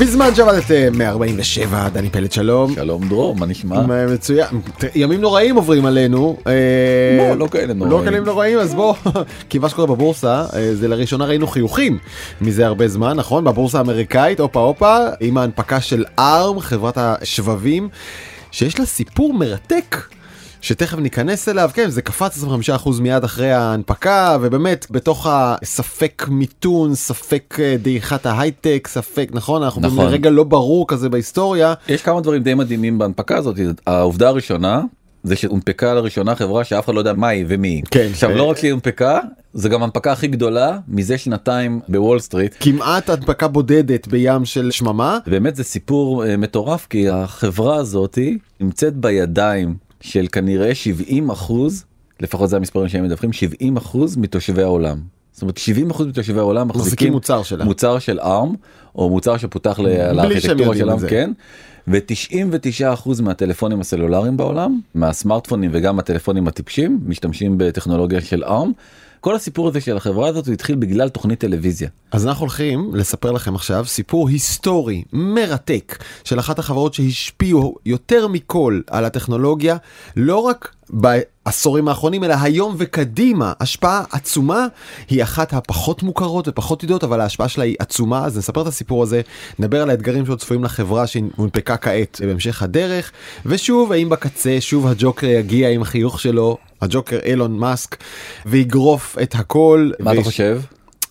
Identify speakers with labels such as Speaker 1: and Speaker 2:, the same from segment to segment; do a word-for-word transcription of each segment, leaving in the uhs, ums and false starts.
Speaker 1: בזמן שעבדתם מאה ארבעים ושבע, דני פלד, שלום.
Speaker 2: שלום דרור, מה נשמע?
Speaker 1: מצוין. ימים נוראים עוברים עלינו.
Speaker 2: לא, לא כאלה נוראים.
Speaker 1: לא כאלה נוראים, אז בוא. כי מה שקורה בבורסה, זה לראשונה ראינו חיוכים מזה הרבה זמן, נכון? בבורסה האמריקאית, אופה אופה, עם ההנפקה של ארם, חברת השבבים, שיש לה סיפור מרתק. שתכף ניכנס אליו. כן, זה קפץ עשרים וחמישה אחוז מיד אחרי ההנפקה, ובאמת בתוך הספק מיתון, ספק דעיכת ההייטק, ספק, נכון? אנחנו נכון. ברגע לא ברור כזה בהיסטוריה.
Speaker 2: יש כמה דברים די מדהימים בהנפקה הזאת. העובדה הראשונה, זה שהונפקה לראשונה חברה שאף אחד לא יודע מה היא ומי היא.
Speaker 1: כן.
Speaker 2: עכשיו, לא רק שהיא הונפקה, זה גם ההנפקה הכי גדולה מזה שנתיים בוול סטריט.
Speaker 1: כמעט הנפקה בודדת בים של שממה.
Speaker 2: באמת זה סיפור uh, מטורף, כי החברה הזאת נמצאת בידיים של כנראה שבעים אחוז, לפחות זה המספרים שהם מדווחים, שבעים אחוז מתושבי העולם. זאת אומרת, שבעים אחוז מתושבי העולם מחזיקים
Speaker 1: מוצר שלה.
Speaker 2: מוצר של ארם, או מוצר שפותח לארכיטקטורה של ארם, כן. ו-תשעים ותשעה אחוז מהטלפונים הסלולריים בעולם, מהסמארטפונים וגם הטלפונים הטיפשים, משתמשים בטכנולוגיה של ארם. כל הסיפור הזה של החברה הזאת הוא התחיל בגלל תוכנית טלוויזיה.
Speaker 1: אז אנחנו הולכים לספר לכם עכשיו סיפור היסטורי מרתק של אחת החברות שהשפיעו יותר מכל על הטכנולוגיה, לא רק בעשורים האחרונים, אלא היום וקדימה. השפעה עצומה, היא אחת הפחות מוכרות ופחות ידעות, אבל ההשפעה שלה היא עצומה. אז נספר את הסיפור הזה, נדבר על האתגרים שעוד צפויים לחברה שהונפקה כעת בהמשך הדרך, ושוב, האם בקצה, שוב הג'וקר יגיע עם החיוך שלו, הג'וקר אילון מאסק, ויגרוף את הכל.
Speaker 2: מה אתה חושב?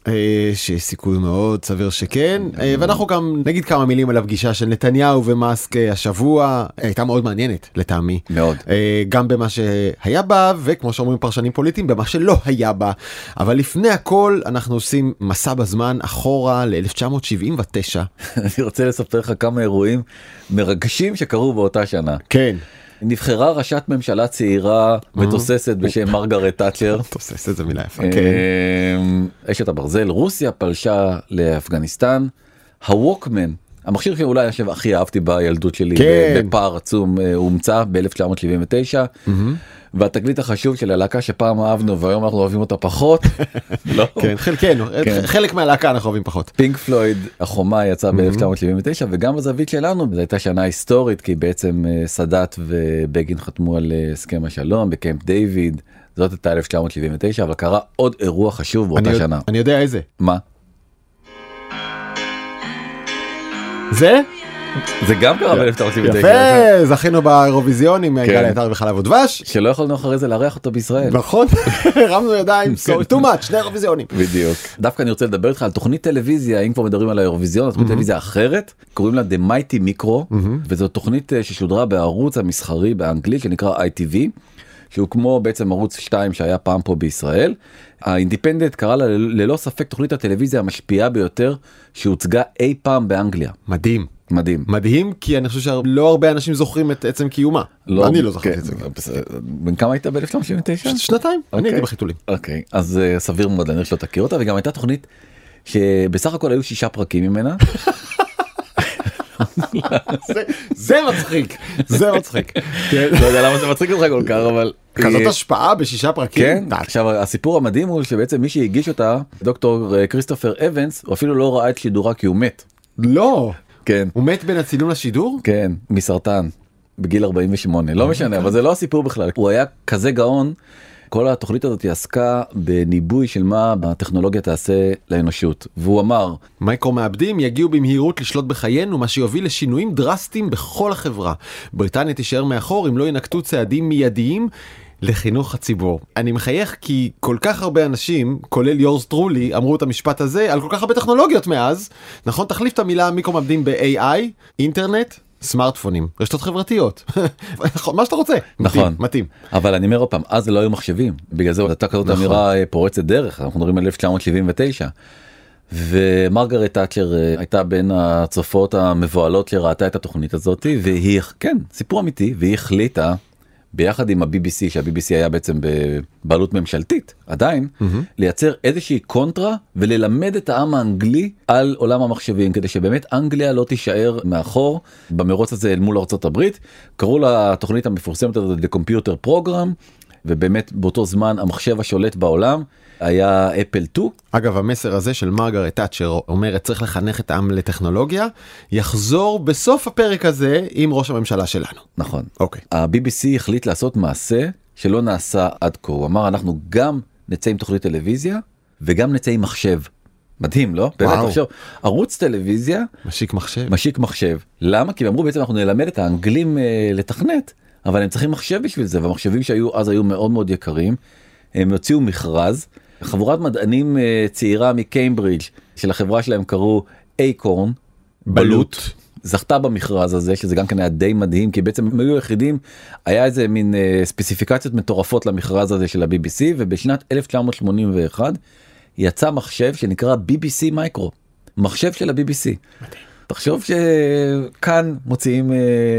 Speaker 1: שיש סיכוי מאוד סביר שכן, ואנחנו גם נגיד כמה מילים על הפגישה של נתניהו ומאסק השבוע. הייתה מאוד מעניינת לטעמי,
Speaker 2: מאוד,
Speaker 1: גם במה שהיה בה, וכמו שאומרים פרשנים פוליטיים, במה שלא היה בה. אבל לפני הכל אנחנו עושים מסע בזמן אחורה ל-אלף תשע מאות שבעים ותשע.
Speaker 2: אני רוצה לספר לך כמה אירועים מרגשים שקרו באותה שנה.
Speaker 1: כן.
Speaker 2: נבחרה ראשת ממשלה צעירה ותוססת בשם מרגרט תאצ'ר.
Speaker 1: תוססת זה מילה יפה.
Speaker 2: אשת הברזל. רוסיה פלשה לאפגניסטן. הווקמן, המכשיר שאולי השם הכי אהבתי בילדות שלי, בפער עצום, הומצא ב-אלף תשע מאות שבעים ותשע. והתגלית החשוב של הלהקה שפעם אהבנו והיום אנחנו אוהבים אותה פחות.
Speaker 1: כן, חלקנו, חלק מהלהקה אנחנו אוהבים פחות.
Speaker 2: פינק פלויד, החומה, יצא ב-אלף תשע מאות שבעים ותשע, וגם בזווית שלנו זו הייתה שנה היסטורית, כי בעצם סאדאת ובגין חתמו על הסכם השלום בקמפ דיוויד. זאת הייתה אלף תשע מאות שבעים ותשע, אבל קרה עוד אירוע חשוב באותה שנה.
Speaker 1: אני יודע איזה.
Speaker 2: מה?
Speaker 1: זה?
Speaker 2: זה גם קרה ב-אלף תשע מאות שבעים ותשע.
Speaker 1: יפה, זכינו באירוויזיון עם גלי עטר וחלב ודבש.
Speaker 2: שלא יכולנו אחרי זה לארח אותו בישראל.
Speaker 1: נכון, הרמנו ידיים, too much, שני אירוויזיונים.
Speaker 2: בדיוק. דווקא אני רוצה לדבר איתך על תוכנית טלוויזיה, אם כבר מדברים על האירוויזיון, תוכנית טלוויזיה אחרת, קוראים לה The Mighty Micro, וזו תוכנית ששודרה בערוץ המסחרי באנגלית, שנקרא איי טי וי, שהוא כמו בעצם ערוץ שתיים שהיה פעם פה בישראל. האינדיפנדנט קרא לה ללא ספק תוכנית הטלוויזיה המשפיעה ביותר שהוצגה אי פעם באנגליה.
Speaker 1: מדהים.
Speaker 2: מדהים.
Speaker 1: מדהים, כי אני חושב שלא הרבה אנשים זוכרים את עצם קיומה.
Speaker 2: לא,
Speaker 1: אני לא זוכר את זה.
Speaker 2: בן כמה היית ב-אלף תשע מאות שבעים ותשע?
Speaker 1: שנתיים, אני הייתי בחיתולים.
Speaker 2: אוקיי, אז סביר מאוד להניח שלא תכיר אותה, וגם הייתה תוכנית שבסך הכל היו שישה פרקים ממנה.
Speaker 1: זה מצחיק, זה מצחיק.
Speaker 2: לא יודע למה זה מצחיק אותך כל כך, אבל...
Speaker 1: כזאת השפעה בשישה פרקים?
Speaker 2: כן, עכשיו הסיפור המדהים הוא שבעצם מי שהגיש אותה, דוקטור כריסטופר אבנס, הוא אפילו לא ראה את שידורה כי הוא מת.
Speaker 1: לא.
Speaker 2: כן.
Speaker 1: הוא מת בין הצילום לשידור?
Speaker 2: כן, מסרטן, בגיל ארבעים ושמונה, לא משנה, אבל זה לא הסיפור בכלל. הוא היה כזה גאון, כל התוכנית הזאת עסקה בניבוי של מה הטכנולוגיה תעשה לאנושות. והוא אמר,
Speaker 1: מייקרו מעבדים יגיעו במהירות לשלוט בחיינו, מה שיוביל לשינויים דרסטיים בכל החברה. בריטניה תישאר מאחור אם לא ינקטו צעדים מיידיים לחינוך הציבור. אני מחייך כי כל כך הרבה אנשים, כולל יורס טרולי, אמרו את המשפט הזה על כל כך הרבה טכנולוגיות מאז. נכון? תחליף את המילה מיקרו מעבדים ב-איי איי, אינטרנט, סמארטפונים, רשתות חברתיות. מה שאתה רוצה.
Speaker 2: נכון.
Speaker 1: מתאים.
Speaker 2: אבל אני אומר עוד פעם, אז לא היו מחשבים. בגלל זה הייתה כזאת אמירה פורצת דרך. אנחנו מדברים על אלף תשע מאות שבעים ותשע. ומרגרט תאצ'ר הייתה בין הצופות המבועלות שראתה את התוכנית הזאת, והיא, כן, סיפור אמיתי, והיא החליטה ביחד עם ה-בי בי סי, שה-בי בי סי היה בעצם בבעלות ממשלתית, עדיין, mm-hmm. לייצר איזושהי קונטרה וללמד את העם האנגלי על עולם המחשבים, כדי שבאמת אנגליה לא תישאר מאחור במרוץ הזה אל מול ארצות הברית. קראו לה התוכנית המפורסמת הזאת The Computer Program, ובאמת באותו זמן המחשב השולט בעולם היה אפל שתיים.
Speaker 1: אגב, המסר הזה של מרגרט תאצ'ר אומרת צריך לחנך את העם לטכנולוגיה, יחזור בסוף הפרק הזה עם ראש הממשלה שלנו.
Speaker 2: נכון.
Speaker 1: אוקיי.
Speaker 2: ה-בי בי סי החליט לעשות מעשה שלא נעשה עד כה. הוא אמר, אנחנו גם נצא עם תוכנית טלוויזיה, וגם נצא עם מחשב. מדהים, לא? באמת, עכשיו, ערוץ טלוויזיה,
Speaker 1: משיק מחשב.
Speaker 2: משיק מחשב. למה? כי אמרו בעצם אנחנו נלמד את האנגלים אה, לתכנת, אבל הם צריכים מחשב בשביל זה, והמחשבים שהיו אז היו מאוד מאוד יקרים. הם הוציאו מכרז, חבורת מדענים אה, צעירה מקיימברידג' של החברה שלהם קראו אייקורן,
Speaker 1: בלוט.
Speaker 2: זכתה במכרז הזה, שזה גם כן היה די מדהים, כי בעצם הם היו יחידים, היה איזה מין אה, ספציפיקציות מטורפות למכרז הזה של ה-בי בי סי, ובשנת אלף תשע מאות שמונים ואחת יצא מחשב שנקרא בי בי סי מייקרו, מחשב של ה-בי בי סי. מדהים. תחשוב שכאן מוציאים...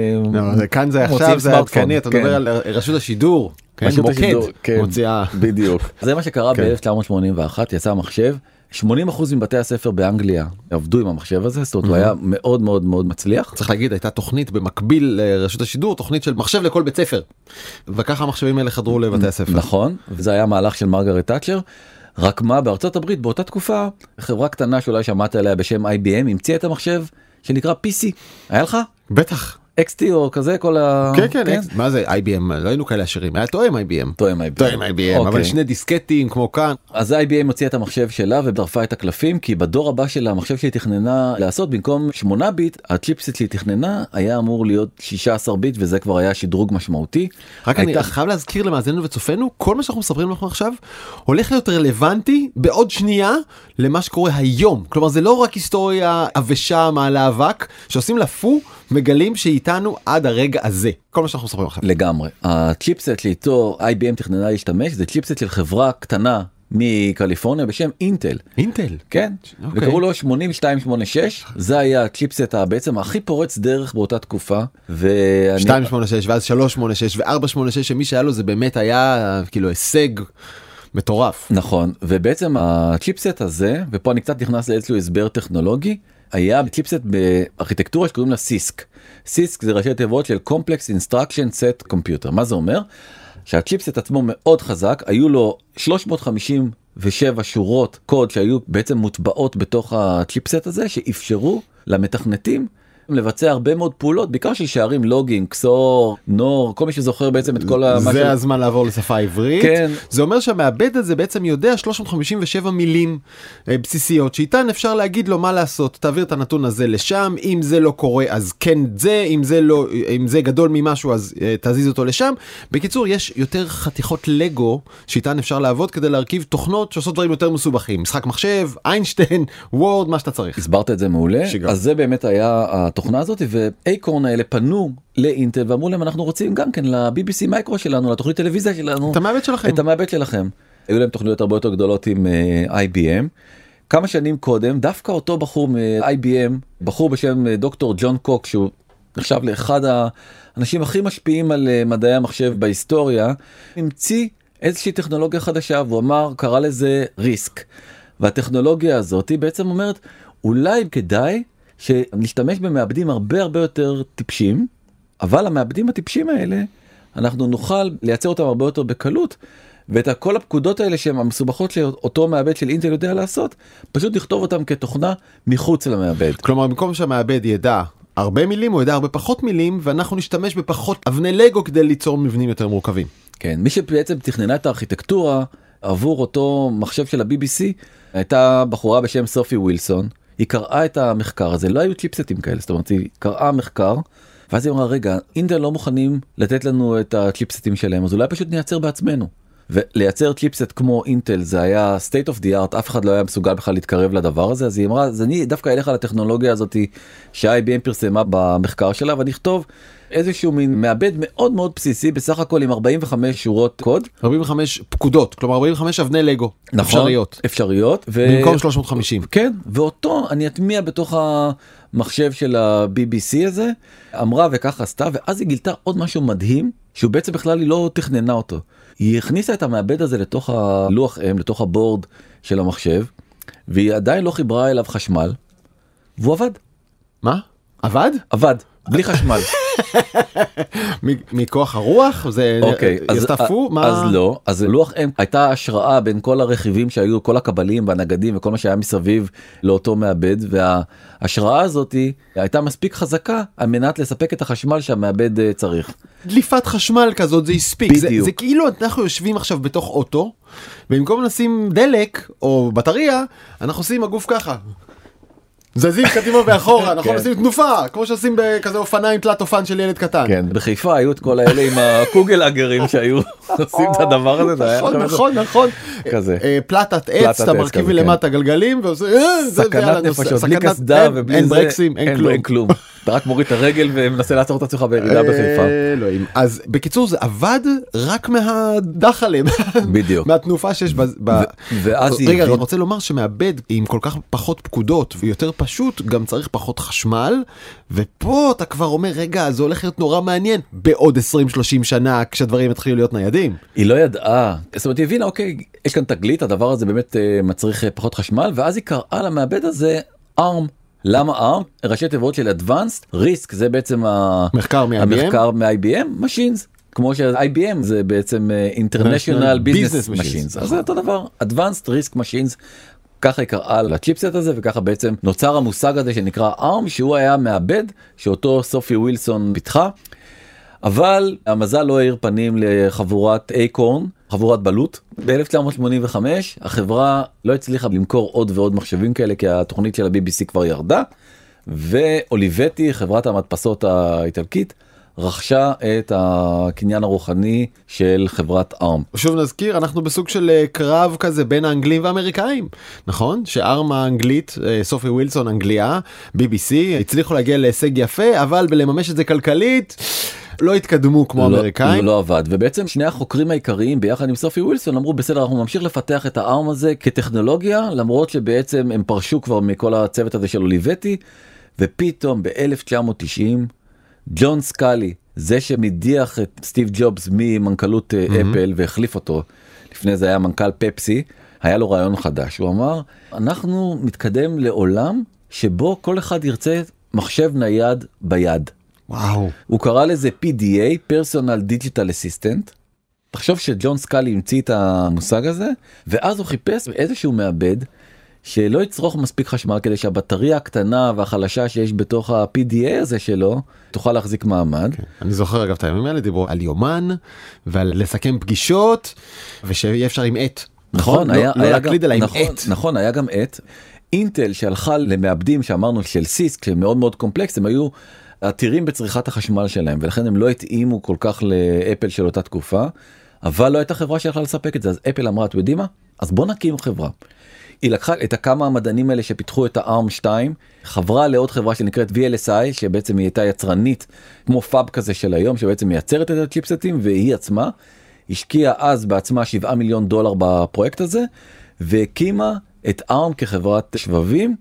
Speaker 1: לא, כאן זה עכשיו, זה עדכני, אתה מדבר על רשות השידור,
Speaker 2: רשות השידור,
Speaker 1: כן, מוציאה.
Speaker 2: בדיוק. זה מה שקרה ב-אלף תשע מאות שמונים ואחת, יצא מחשב, שמונים אחוז מבתי הספר באנגליה עבדו עם המחשב הזה, זאת אומרת, הוא היה מאוד מאוד מאוד מצליח.
Speaker 1: צריך להגיד, הייתה תוכנית במקביל לרשות השידור, תוכנית של מחשב לכל בית ספר, וככה המחשבים האלה חדרו לבתי הספר.
Speaker 2: נכון, וזה היה מהלך של מרגרט תאצ'ר. רק מה, בארצות הברית באותה תקופה, חברה קטנה שאולי שמעת עליה בשם איי בי אם, המציאה את המחשב שנקרא פי סי. היה לך?
Speaker 1: בטח.
Speaker 2: אקס טי או כזה, כל ה...
Speaker 1: כן, כן, מה זה איי בי אם? לא היינו כאלה עשירים, היה תואם איי בי אם.
Speaker 2: תואם
Speaker 1: איי בי אם, אבל שני דיסקטים כמו כאן.
Speaker 2: אז איי בי אם הוציאה את המחשב שלה ודרפה את הקלפים, כי בדור הבא של המחשב שהיא תכננה לעשות, במקום שמונה ביט, הצ'יפסט שהיא תכננה היה אמור להיות שישה עשר ביט, וזה כבר היה שדרוג משמעותי.
Speaker 1: רק אני חייב להזכיר למאזיננו וצופינו, כל מה שאנחנו מספרים לכם עכשיו, הולך להיות רלוונטי בעוד שנייה למה שקורה היום. כלומר, זה לא רק היסטוריה אבשה מעל האבק, שעושים לפו, מגלים שאיתנו עד הרגע הזה. כל מה שאנחנו מספרים עכשיו.
Speaker 2: לגמרי. הצ'יפסט שאיתו איי בי אם תכננה להשתמש, זה צ'יפסט של חברה קטנה מקליפורניה בשם אינטל.
Speaker 1: אינטל?
Speaker 2: כן. וקראו לו שמונים ושתיים שמונים ושש. זה היה הצ'יפסט בעצם הכי פורץ דרך באותה תקופה.
Speaker 1: שתיים שמונים ושש ואז שלוש שמונים ושש ו-ארבע שמונים ושש, שמי שהיה לו זה באמת היה כאילו הישג מטורף.
Speaker 2: נכון. ובעצם הצ'יפסט הזה, ופה אני קצת נכנס לאיזשהו הסבר טכנולוגי, היה צ'יפסט בארכיטקטורה שקוראים לה סיסק. סיסק זה ראשי תיבות של Complex Instruction Set Computer. מה זה אומר? שהצ'יפסט עצמו מאוד חזק, היו לו שלוש מאות חמישים ושבע שורות קוד שהיו בעצם מוטבעות בתוך הצ'יפסט הזה, שאפשרו למתכנתים לבצע הרבה מאוד פעולות, בעיקר של שערים לוגים, קסור, נור, כל מי שזוכר בעצם את כל ה...
Speaker 1: זה הזמן לעבור לשפה העברית.
Speaker 2: כן.
Speaker 1: זה אומר שהמעבד הזה בעצם יודע שלוש מאות חמישים ושבע מילים בסיסיות, שאיתן אפשר להגיד לו מה לעשות, תעביר את הנתון הזה לשם, אם זה לא קורה אז כן זה, אם זה לא, אם זה גדול ממשהו אז תזיז אותו לשם. בקיצור, יש יותר חתיכות לגו שאיתן אפשר לעבוד כדי להרכיב תוכנות שעושות דברים יותר מסובכים. משחק מחשב, איינשטיין, וורד, מה שאתה צריך.
Speaker 2: הסברת את זה מעולה.
Speaker 1: שגם.
Speaker 2: אז זה באמת היה התוכנה הזאת, ואייקורן האלה פנו לאינטל ואמרו להם, אנחנו רוצים גם כן ל-בי בי סי מייקרו שלנו, לתוכנית טלוויזיה שלנו.
Speaker 1: את המעבד שלכם.
Speaker 2: את המעבד שלכם. היו להם תוכניות הרבה יותר גדולות עם איי בי אם. כמה שנים קודם, דווקא אותו בחור מ-איי בי אם, בחור בשם דוקטור ג'ון קוק, שהוא נחשב לאחד האנשים הכי משפיעים על מדעי המחשב בהיסטוריה, המציא איזושהי טכנולוגיה חדשה, והוא אמר, קרא לזה ריסק. והטכנולוגיה הזאת היא בעצם אומרת, אולי כדאי שנשתמש במעבדים הרבה הרבה יותר טיפשים, אבל המעבדים הטיפשים האלה, אנחנו נוכל לייצר אותם הרבה יותר בקלות, ואת כל הפקודות האלה שהן המסובכות שאותו מעבד של אינטל יודע לעשות, פשוט לכתוב אותם כתוכנה מחוץ למעבד.
Speaker 1: כלומר, במקום שהמעבד ידע הרבה מילים, הוא ידע הרבה פחות מילים, ואנחנו נשתמש בפחות אבני לגו כדי ליצור מבנים יותר מורכבים.
Speaker 2: כן, מי שבעצם תכננה את הארכיטקטורה עבור אותו מחשב של ה-בי בי סי, הייתה בחורה בשם סופי ווילסון. היא קראה את המחקר הזה, לא היו צ'יפסטים כאלה, זאת אומרת, היא קראה מחקר, ואז היא אמרה, רגע, אינטל לא מוכנים לתת לנו את הצ'יפסטים שלהם, אז אולי פשוט נייצר בעצמנו. ולייצר צ'יפסט כמו אינטל, זה היה state of the art, אף אחד לא היה מסוגל בכלל להתקרב לדבר הזה, אז היא אמרה, אז אני דווקא אלך על הטכנולוגיה הזאת, שה-איי בי אם פרסמה במחקר שלה, ואני אכתוב איזשהו מין מעבד מאוד מאוד בסיסי, בסך הכל עם ארבעים וחמש שורות קוד.
Speaker 1: ארבעים וחמש פקודות, כלומר ארבעים וחמש אבני לגו.
Speaker 2: נכון,
Speaker 1: אפשריות.
Speaker 2: אפשריות. ו...
Speaker 1: במקום שלוש מאות וחמישים.
Speaker 2: כן, ואותו אני אטמיע בתוך המחשב של ה-בי בי סי הזה, אמרה וכך עשתה, ואז היא גילתה עוד משהו מדהים, שהוא בעצם בכלל היא לא תכננה אותו. היא הכניסה את המעבד הזה לתוך הלוח אם, לתוך הבורד של המחשב, והיא עדיין לא חיברה אליו חשמל, והוא עבד.
Speaker 1: מה? עבד?
Speaker 2: עבד. בלי חשמל.
Speaker 1: מכוח הרוח? זה יסתפו?
Speaker 2: אז לא, אז לוח אם הייתה השראה בין כל הרכיבים שהיו, כל הקבלים והנגדים וכל מה שהיה מסביב לאותו מעבד, וההשראה הזאת הייתה מספיק חזקה על מנת לספק את החשמל שהמעבד צריך.
Speaker 1: דליפת חשמל כזאת זה הספיק. זה, זה כאילו אנחנו יושבים עכשיו בתוך אוטו, ובמקום לשים דלק או בטריה, אנחנו עושים הגוף ככה. זזים קדימה ואחורה, אנחנו עושים תנופה, כמו שעושים בכזה אופניים תלת אופן של ילד קטן.
Speaker 2: כן, בחיפה היו את כל האלה עם הקוגלאגרים שהיו עושים את הדבר הזה.
Speaker 1: נכון, נכון, נכון.
Speaker 2: כזה.
Speaker 1: פלטת עץ, אתה מרכיב למטה גלגלים,
Speaker 2: סכנת נפשות, בלי קסדה ובלי זה,
Speaker 1: אין ברקסים, אין כלום.
Speaker 2: אתה רק מוריד את הרגל ומנסה לעצור את עצמך בירידה בחיפה.
Speaker 1: אז בקיצור זה עבד רק מהדחלים,
Speaker 2: בדיוק.
Speaker 1: מהתנופה שיש ב... רגע, אני רוצה לומר שמעבד עם כל כך פחות פקודות ויותר פשוט, גם צריך פחות חשמל, ופה אתה כבר אומר, רגע, זה הולך להיות נורא מעניין, בעוד עשרים שלושים שנה, כשהדברים יתחילו להיות ניידים.
Speaker 2: היא לא ידעה, זאת אומרת, היא הבינה, אוקיי, יש כאן תגלית, הדבר הזה באמת מצריך פחות חשמל, ואז היא קראה למעבד הזה ארם. למה ארם? ראשי תיבות של Advanced Risk, זה בעצם
Speaker 1: המחקר
Speaker 2: מ-איי בי אם Machines, כמו ש-איי בי אם זה בעצם International Business Machines, אז זה אותו דבר, Advanced Risk Machines, ככה היא קראה לצ'יפסט הזה, וככה בעצם נוצר המושג הזה שנקרא ארם, שהוא היה מעבד, שאותו סופי ווילסון פיתחה, אבל המזל לא העיר פנים לחבורת אייקורן, חבורת בלוט. ב-אלף תשע מאות שמונים וחמש החברה לא הצליחה למכור עוד ועוד מחשבים כאלה, כי התוכנית של ה-בי בי סי כבר ירדה, ואוליבטי, חברת המדפסות האיטלקית, רכשה את הקניין הרוחני של חברת ארם.
Speaker 1: שוב נזכיר, אנחנו בסוג של קרב כזה בין האנגלים והאמריקאים, נכון? שארם האנגלית, סופי ווילסון אנגליה, בי בי סי, הצליחו להגיע להישג יפה, אבל בלממש את זה כלכלית, לא התקדמו כמו
Speaker 2: לא,
Speaker 1: אמריקאים.
Speaker 2: לא עבד, ובעצם שני החוקרים העיקריים ביחד עם סופי ווילסון אמרו, בסדר, אנחנו נמשיך לפתח את הארם הזה כטכנולוגיה, למרות שבעצם הם פרשו כבר מכל הצוות הזה של אוליבטי, ופתאום ב-אלף תשע מאות תשעים, ג'ון סקאלי, זה שמדיח את סטיב ג'ובס ממנכ"לות אפל והחליף אותו, לפני זה היה מנכ"ל פפסי, היה לו רעיון חדש, הוא אמר, אנחנו מתקדם לעולם שבו כל אחד ירצה מחשב נייד ביד.
Speaker 1: וואו.
Speaker 2: הוא קרא לזה פי די איי, Personal Digital Assistant. תחשוב שג'ון סקאלי המציא את המושג הזה, ואז הוא חיפש איזשהו מעבד, שלא יצרוך מספיק חשמל כדי שהבטריה הקטנה והחלשה שיש בתוך ה-פי די איי הזה שלו תוכל להחזיק מעמד.
Speaker 1: Okay. אני זוכר אגב את הימים האלה דיברו על יומן ועל לסכם פגישות ושיהיה אפשר עם עט.
Speaker 2: נכון,
Speaker 1: לא,
Speaker 2: היה,
Speaker 1: לא
Speaker 2: היה
Speaker 1: להקליד
Speaker 2: גם,
Speaker 1: עליי
Speaker 2: נכון,
Speaker 1: עם עט.
Speaker 2: נכון, היה גם עט. אינטל שהלכה למעבדים שאמרנו של סיסק שהם מאוד מאוד קומפלקס, הם היו עתירים בצריכת החשמל שלהם ולכן הם לא התאימו כל כך לאפל של אותה תקופה, אבל לא הייתה חברה שיכולה לספק את זה, אז אפל אמרה, אתם יודעים מה? אז בוא נקים חברה. היא לקחה את הכמה המדענים האלה שפיתחו את ה-ארם שתיים, חברה לעוד חברה שנקראת וי אל אס איי, שבעצם היא הייתה יצרנית, כמו פאב כזה של היום, שבעצם מייצרת את הצ'יפסטים, והיא עצמה השקיעה אז בעצמה שבעה מיליון דולר בפרויקט הזה, והקימה את ארם כחברת שבבים,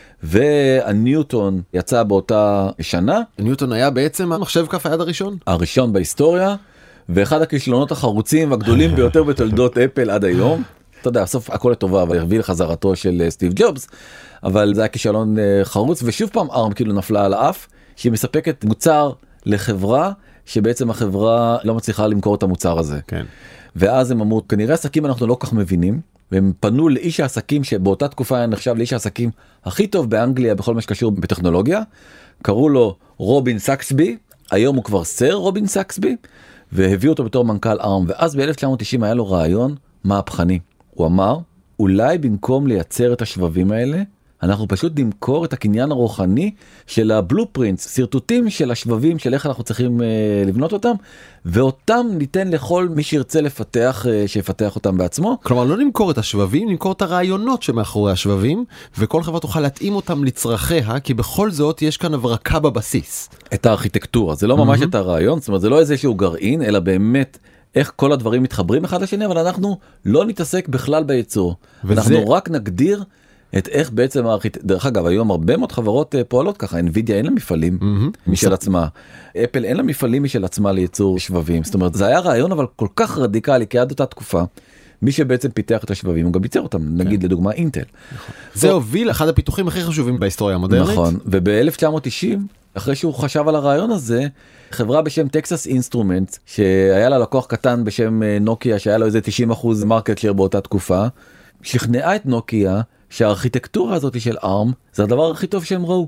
Speaker 2: והניוטון יצא באותה שנה.
Speaker 1: הניוטון היה בעצם המחשב כף היד הראשון?
Speaker 2: הראשון בהיסטוריה, ואחד הכישלונות החרוצים והגדולים ביותר בתולדות אפל עד היום. אתה יודע, בסוף הכל לטובה, אבל הרביל לחזרתו של סטיב ג'ובס, אבל זה היה כישלון חרוץ, ושוב פעם ארם כאילו נפלה על האף, שהיא מספקת מוצר לחברה, שבעצם החברה לא מצליחה למכור את המוצר הזה.
Speaker 1: כן.
Speaker 2: ואז הם אמרו, כנראה עסקים אנחנו לא כך מבינים, והם פנו לאיש העסקים, שבאותה תקופה היה נחשב לאיש העסקים הכי טוב באנגליה, בכל מה שקשור בטכנולוגיה, קראו לו רובין סקסבי, היום הוא כבר סר רובין סקסבי, והביאו אותו בתור מנכ"ל ארם, ואז ב-אלף תשע מאות תשעים היה לו רעיון מהפכני. הוא אמר, אולי במקום לייצר את השבבים האלה, אנחנו פשוט נמכור את הקניין הרוחני של הבלופרינטס, סרטוטים של השבבים, של איך אנחנו צריכים אה, לבנות אותם, ואותם ניתן לכל מי שירצה לפתח, אה, שיפתח אותם בעצמו.
Speaker 1: כלומר, לא נמכור את השבבים, נמכור את הרעיונות שמאחורי השבבים, וכל חברה תוכל להתאים אותם לצרכיה, כי בכל זאת יש כאן הברקה בבסיס.
Speaker 2: את הארכיטקטורה, זה לא ממש mm-hmm. את הרעיון, זאת אומרת, זה לא איזשהו גרעין, אלא באמת איך כל הדברים מתחברים אחד לשני, אבל אנחנו לא נתעסק בכלל בייצור. וזה... אנחנו רק נגדיר את איך בעצם הארכיטקטורה, דרך אגב, היום הרבה מאוד חברות פועלות ככה, NVIDIA אין לה מפעלים mm-hmm. משל עצמה, אפל אין לה מפעלים משל עצמה לייצור שבבים, זאת אומרת, זה היה רעיון אבל כל כך רדיקלי, כי עד אותה תקופה, מי שבעצם פיתח את השבבים, הוא גם ייצר אותם, נגיד כן. לדוגמה אינטל.
Speaker 1: נכון. זה הוביל אחד הפיתוחים הכי חשובים בהיסטוריה המודרנית.
Speaker 2: נכון, וב-אלף תשע מאות תשעים, אחרי שהוא חשב על הרעיון הזה, חברה בשם טקסס אינסטרומנט, שהיה לה לקוח קטן בשם נוקיה, שהיה לו איזה תשעים אחוז מרקט שייר באותה תקופה, שכנעה את נוקיה שהארכיטקטורה הזאת של ארם זה הדבר הכי טוב שהם ראו.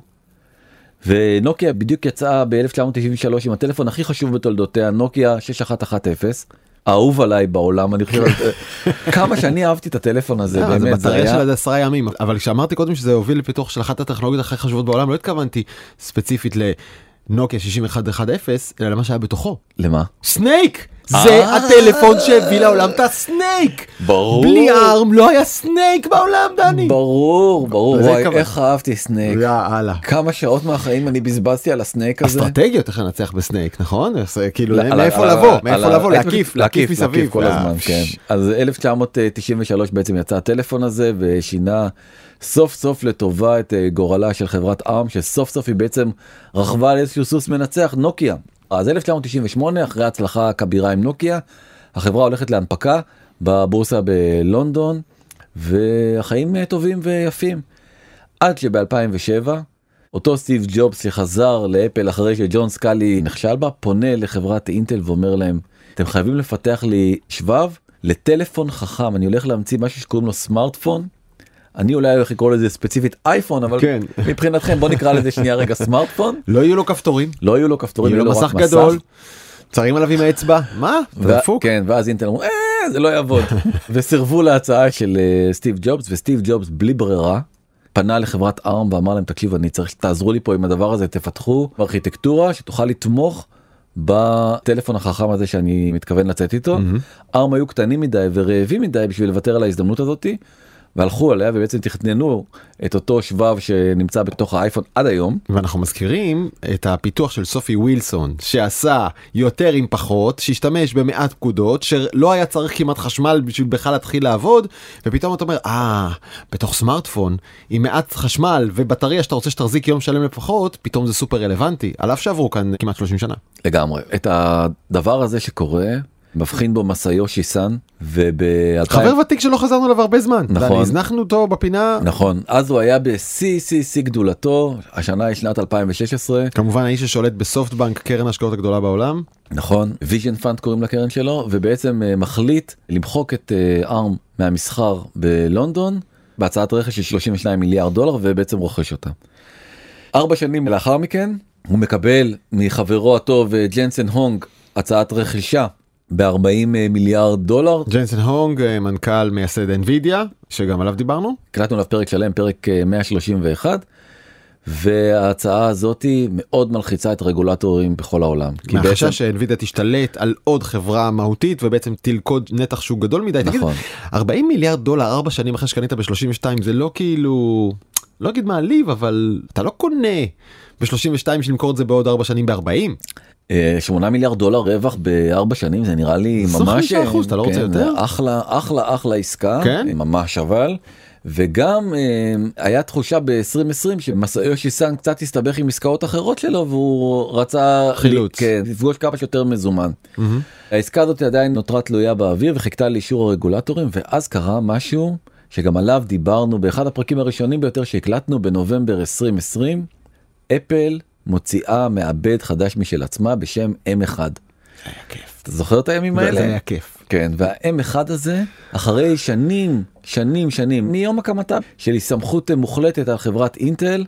Speaker 2: ונוקיה בדיוק יצאה ב-אלף תשע מאות תשעים ושלוש עם הטלפון הכי חשוב בתולדותיה, נוקיה שש אחת אחת אפס, אהוב עליי בעולם, אני חושב כמה שאני אהבתי את הטלפון הזה, באמת
Speaker 1: זה בטריה של עד עשרה ימים, אבל כשאמרתי קודם שזה הוביל לפיתוח של אחת הטכנולוגיות הכי חשובות בעולם, לא התכוונתי ספציפית לנוקיה שישים אחת אחת אפס, אלא למה שהיה בתוכו. למה? סנייק! זה הטלפון שהביא לעולם את הסנייק.
Speaker 2: ברור.
Speaker 1: בלי ארם לא היה סנייק בעולם, דני.
Speaker 2: ברור, ברור. וואי, איך אהבתי סנייק.
Speaker 1: יאללה.
Speaker 2: כמה שעות מהחיים אני בזבזתי על הסנייק הזה.
Speaker 1: אסטרטגיות איך לנצח בסנייק, נכון? כאילו, מאיפה לבוא? מאיפה לבוא? להקיף, להקיף מסביב.
Speaker 2: כל הזמן, כן. אז אלף תשע מאות תשעים ושלוש בעצם יצא הטלפון הזה, ושינה סוף סוף לטובה את גורלה של חברת ארם, שסוף סוף היא בעצם רכבה על איזשהו סוס מנצח, נוקיה. אז אלף תשע מאות תשעים ושמונה, אחרי הצלחה כבירה עם נוקיה, החברה הולכת להנפקה בבורסה בלונדון, והחיים טובים ויפים. עד שב-אלפיים ושבע, אותו סטיב ג'ובס שחזר לאפל אחרי שג'ון סקאלי נכשל בה, פונה לחברת אינטל ואומר להם, אתם חייבים לפתח לי שבב לטלפון חכם, אני הולך להמציא משהו שקוראים לו סמארטפון, אני אולי הולך לקרוא לזה ספציפית אייפון, אבל כן. מבחינתכם בוא נקרא לזה שנייה רגע סמארטפון.
Speaker 1: לא יהיו לו כפתורים.
Speaker 2: לא יהיו לו כפתורים,
Speaker 1: יהיו לו מסך גדול. צרים עליו עם האצבע. מה? דפוק.
Speaker 2: כן, ואז אינטל אמרו, אה, זה לא יעבוד. וסירבו להצעה של סטיב ג'ובס, וסטיב ג'ובס בלי ברירה, פנה לחברת ארם ואמר להם, תקשיב, אני צריך שתעזרו לי פה עם הדבר הזה, תפתחו ארכיטקטורה שתוכל לתמוך בטלפון החכם הזה שאני מתכוון לצאת איתו. ארם היו קטנים מדי ורעבים מדי בשביל לוותר על ההזדמנות הזאת, והלכו עליה ובעצם תכננו את אותו שבב שנמצא בתוך האייפון עד היום.
Speaker 1: ואנחנו מזכירים את הפיתוח של סופי ווילסון, שעשה יותר עם פחות, שהשתמש במעט פקודות, שלא היה צריך כמעט חשמל בשביל בכלל להתחיל לעבוד, ופתאום אתה אומר, אה, בתוך סמארטפון, עם מעט חשמל ובטריה שאתה רוצה שתחזיק יום שלם לפחות, פתאום זה סופר רלוונטי. על אף שעברו כאן כמעט שלושים שנה.
Speaker 2: לגמרי. את הדבר הזה שקורה, מבחין בו מסאיושי סן,
Speaker 1: חבר ותיק שלא חזרנו עליו הרבה זמן.
Speaker 2: נכון.
Speaker 1: הזנחנו אותו בפינה.
Speaker 2: נכון. אז הוא היה בשיא, שיא, שיא גדולתו. השנה היא שנת אלפיים ושש עשרה.
Speaker 1: כמובן האיש ששולט בסופטבנק, קרן ההשקעות הגדולה בעולם.
Speaker 2: נכון. ויז'ן פאנד קוראים לקרן שלו, ובעצם מחליט למחוק את ארם מהמסחר בלונדון, בהצעת רכש של שלושים ושניים מיליארד דולר, ובעצם רוכש אותה. ארבע שנים לאחר מכן, הוא מקבל מחברו הטוב ג'נסן הונג הצעת רכישה ב-ארבעים מיליארד דולר.
Speaker 1: ג'נסן הונג, מנכ"ל מייסד אנווידיה, שגם עליו דיברנו.
Speaker 2: הקלטנו עליו פרק שלם, פרק מאה שלושים ואחת, וההצעה הזאת מאוד מלחיצה את הרגולטורים בכל העולם.
Speaker 1: מהחשש בעצם... שאנווידיה תשתלט על עוד חברה מהותית, ובעצם תלכוד נתח שהוא גדול מדי.
Speaker 2: נכון.
Speaker 1: תגיד, ארבעים מיליארד דולר, ארבע שנים אחרי שקנית ב-שלושים ושתיים, זה לא כאילו, לא אגיד מעליב, אבל אתה לא קונה ב-שלושים ושתיים שלמכור את זה בעוד ארבע שנים ב-ארבעים.
Speaker 2: שמונה מיליארד דולר רווח בארבע שנים, זה נראה לי ממש,
Speaker 1: אחוז, אתה לא רוצה יותר?
Speaker 2: אחלה, אחלה, אחלה עסקה,
Speaker 1: כן?
Speaker 2: ממש אבל, וגם היה תחושה ב-עשרים עשרים שמסאיושי סן קצת הסתבך עם עסקאות אחרות שלו, והוא רצה
Speaker 1: חילוץ.
Speaker 2: כן, לפגוש כמה שיותר מזומן. Mm-hmm. העסקה הזאת עדיין נותרה תלויה באוויר, וחיכתה לאישור הרגולטורים, ואז קרה משהו שגם עליו דיברנו באחד הפרקים הראשונים ביותר שהקלטנו בנובמבר עשרים עשרים, אפל מוציאה מעבד חדש משל עצמה בשם אם אחד.
Speaker 1: זה היה כיף.
Speaker 2: אתה זוכר את הימים האלה?
Speaker 1: זה היה כיף.
Speaker 2: כן, וה-אם אחד הזה, אחרי שנים, שנים, שנים, מיום הקמתה, של סמכות מוחלטת על חברת אינטל,